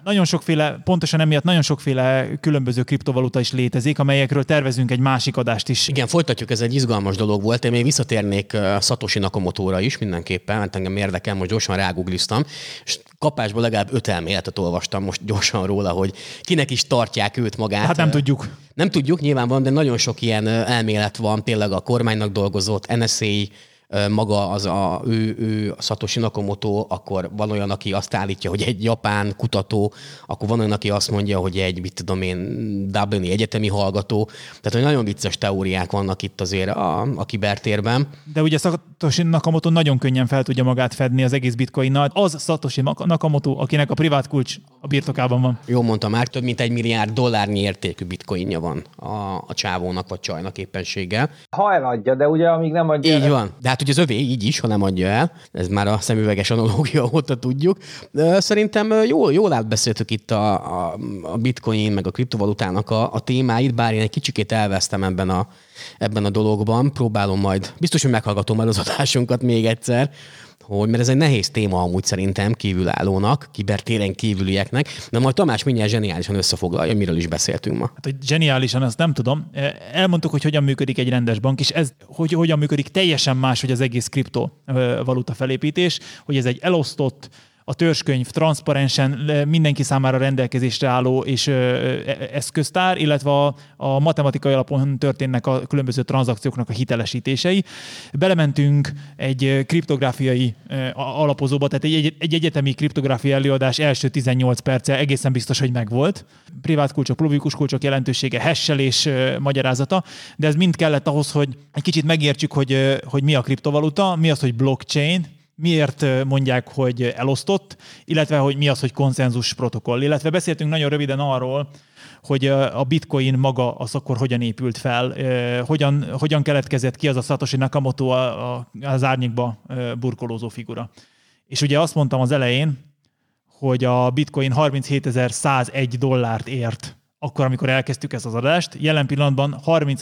Nagyon sokféle, pontosan emiatt nagyon sokféle különböző kriptovaluta is létezik, amelyekről tervezünk egy másik adást is. Igen, folytatjuk, ez egy izgalmas dolog volt. Én még visszatérnék Satoshi Nakamotóra is mindenképpen, mert engem érdekel, most gyorsan rágoogliztam, és kapásból legalább öt elméletet olvastam most gyorsan róla, hogy kinek is tartják őt magát. Hát nem tudjuk. Nem tudjuk, nyilván van, de nagyon sok ilyen elmélet van, tényleg a kormánynak dolgozott, en es á, maga az a, ő, ő a Satoshi Nakamoto, akkor van olyan, aki azt állítja, hogy egy japán kutató, akkor van olyan, aki azt mondja, hogy egy, mit tudom én, Dublini egyetemi hallgató. Tehát, hogy nagyon vicces teóriák vannak itt azért a, a kibertérben. De ugye Satoshi Nakamoto nagyon könnyen fel tudja magát fedni az egész bitcoinnal. Az Satoshi Nakamoto, akinek a privát kulcs a birtokában van. Jól mondtam már, több mint egy milliárd dollárnyi értékű bitcoinja van a, a csávónak vagy csajnak éppenséggel. Ha eladja, de ugye amíg nem adja. Így el... van. De hát ugye az övé így is, ha nem adja el. Ez már a szemüveges analógia óta tudjuk. Szerintem jól, jól átbeszéltük itt a, a, a bitcoin, meg a kriptovalutának a, a témáit, bár én egy kicsikét elvesztem ebben a, ebben a dologban. Próbálom majd, biztos, hogy meghallgatom el az adásunkat még egyszer, hogy, mert ez egy nehéz téma amúgy szerintem kívülállónak, kibertéren kívülieknek, de majd Tamás mindjárt zseniálisan összefoglalja, miről is beszéltünk ma. Hát, hogy zseniálisan, azt nem tudom. Elmondtuk, hogy hogyan működik egy rendes bank, és ez, hogy hogyan működik teljesen más, hogy az egész kriptovaluta felépítés, hogy ez egy elosztott, a törzskönyv transzparensen mindenki számára rendelkezésre álló és eszköztár, illetve a, a matematikai alapon történnek a különböző tranzakcióknak a hitelesítései. Belementünk egy kriptográfiai alapozóba, tehát egy, egy egyetemi kriptográfiai előadás első tizennyolc perce egészen biztos, hogy megvolt. Privát kulcsok, publikus kulcsok jelentősége, hashelés magyarázata, de ez mind kellett ahhoz, hogy egy kicsit megértsük, hogy, hogy mi a kriptovaluta, mi az, hogy blockchain, miért mondják, hogy elosztott, illetve hogy mi az, hogy konszenzus protokoll. Illetve beszéltünk nagyon röviden arról, hogy a bitcoin maga az akkor hogyan épült fel, hogyan, hogyan keletkezett ki az a Satoshi Nakamoto az árnyékba burkolózó figura. És ugye azt mondtam az elején, hogy a bitcoin harminchétezer-százegy dollárt ért akkor, amikor elkezdtük ezt az adást. Jelen pillanatban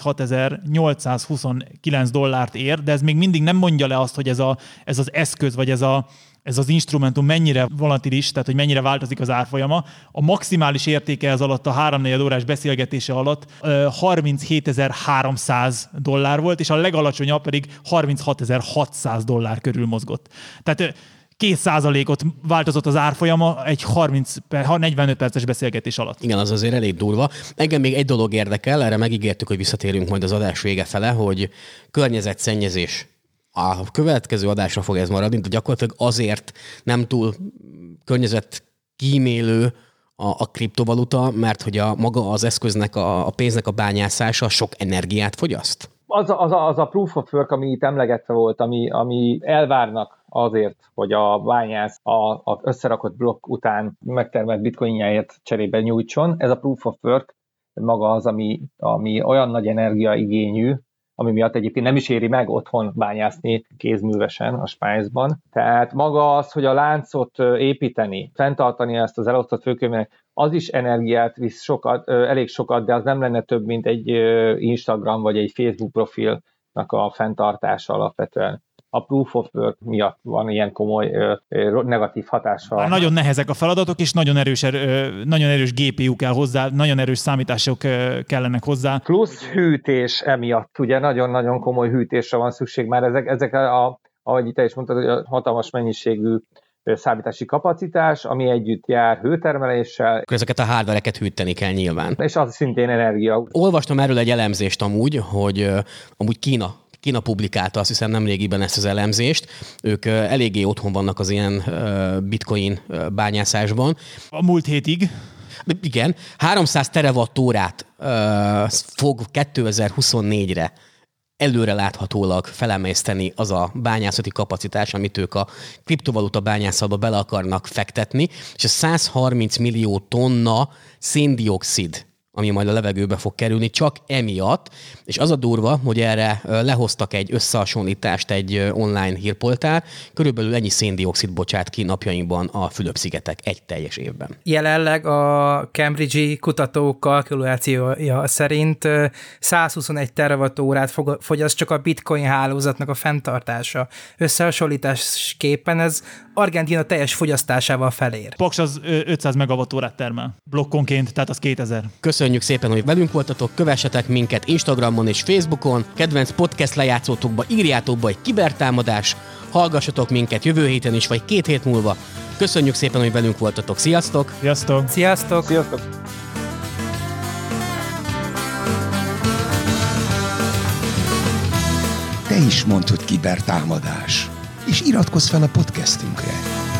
harminchatezer-nyolcszázhuszonkilenc dollárt ér, de ez még mindig nem mondja le azt, hogy ez, a, ez az eszköz, vagy ez, a, ez az instrumentum mennyire volatilis, tehát hogy mennyire változik az árfolyama. A maximális értéke ez alatt, a háromnegyed órás beszélgetése alatt harminchétezer-háromszáz dollár volt, és a legalacsonyabb pedig harminchatezer-hatszáz dollár körül mozgott. Tehát két százalékot változott az árfolyama egy harminc, negyvenöt perces beszélgetés alatt. Igen, az azért elég durva. Engem még egy dolog érdekel, erre megígértük, hogy visszatérünk majd az adás vége fele, hogy környezetszennyezés. A következő adásra fog ez maradni, de gyakorlatilag azért nem túl környezetkímélő a, a kriptovaluta, mert hogy a maga az eszköznek, a, a pénznek a bányászása sok energiát fogyaszt. Az a, az, a, az a proof of work, ami itt emlegetve volt, ami, ami elvárnak azért, hogy a bányász a, a összerakott blokk után megtermelt bitcoinjáért cserébe nyújtson. Ez a proof of work maga az, ami, ami olyan nagy energiaigényű, ami miatt egyébként nem is éri meg otthon bányászni kézművesen a spájzban. Tehát maga az, hogy a láncot építeni, fenntartani ezt az elosztott főkönyvnek, az is energiát visz sokat, elég sokat, de az nem lenne több, mint egy Instagram vagy egy Facebook profilnak a fenntartása alapvetően. A proof of work miatt van ilyen komoly negatív hatása. Már nagyon nehezek a feladatok, és nagyon erős, nagyon erős gé pé u kell hozzá, nagyon erős számítások kellenek hozzá. Plusz hűtés emiatt, ugye nagyon-nagyon komoly hűtésre van szükség, már ezek, ezek a, ahogy te is mondtad, a hatalmas mennyiségű számítási kapacitás, ami együtt jár hőtermeléssel. Akkor ezeket a hardvereket hűteni kell nyilván. És az szintén energia. Olvastam erről egy elemzést amúgy, hogy uh, amúgy Kína Kína publikálta azt hiszem nemrégiben ezt az elemzést. Ők eléggé otthon vannak az ilyen bitcoin bányászásban. A múlt hétig. Igen, háromszáz terawattórát fog kétezer-huszonnégyre előre láthatólag felemészteni az a bányászati kapacitás, amit ők a kriptovaluta bányászatba bele akarnak fektetni, és a száz harminc millió tonna széndioxid, ami majd a levegőbe fog kerülni, csak emiatt, és az a durva, hogy erre lehoztak egy összehasonlítást egy online hírportál, körülbelül ennyi széndioxid bocsát ki napjainkban a Fülöp-szigetek egy teljes évben. Jelenleg a Cambridge-i kutatók kalkulációja szerint százhuszonegy terawattórát fogyaszt csak a bitcoin hálózatnak a fenntartása. Összehasonlításképpen ez Argentína teljes fogyasztásával felér. Paks az ötszáz megawattórát termel blokkonként, tehát az kétezer. Köszönjük szépen, hogy velünk voltatok, kövessetek minket Instagramon és Facebookon, kedvenc podcast lejátszótokba írjátok be egy kibertámadás, hallgassatok minket jövő héten is, vagy két hét múlva. Köszönjük szépen, hogy velünk voltatok. Sziasztok! Sziasztok! Sziasztok! Sziasztok! Te is mondd, hogy kibertámadás, és iratkozz fel a podcastünkre.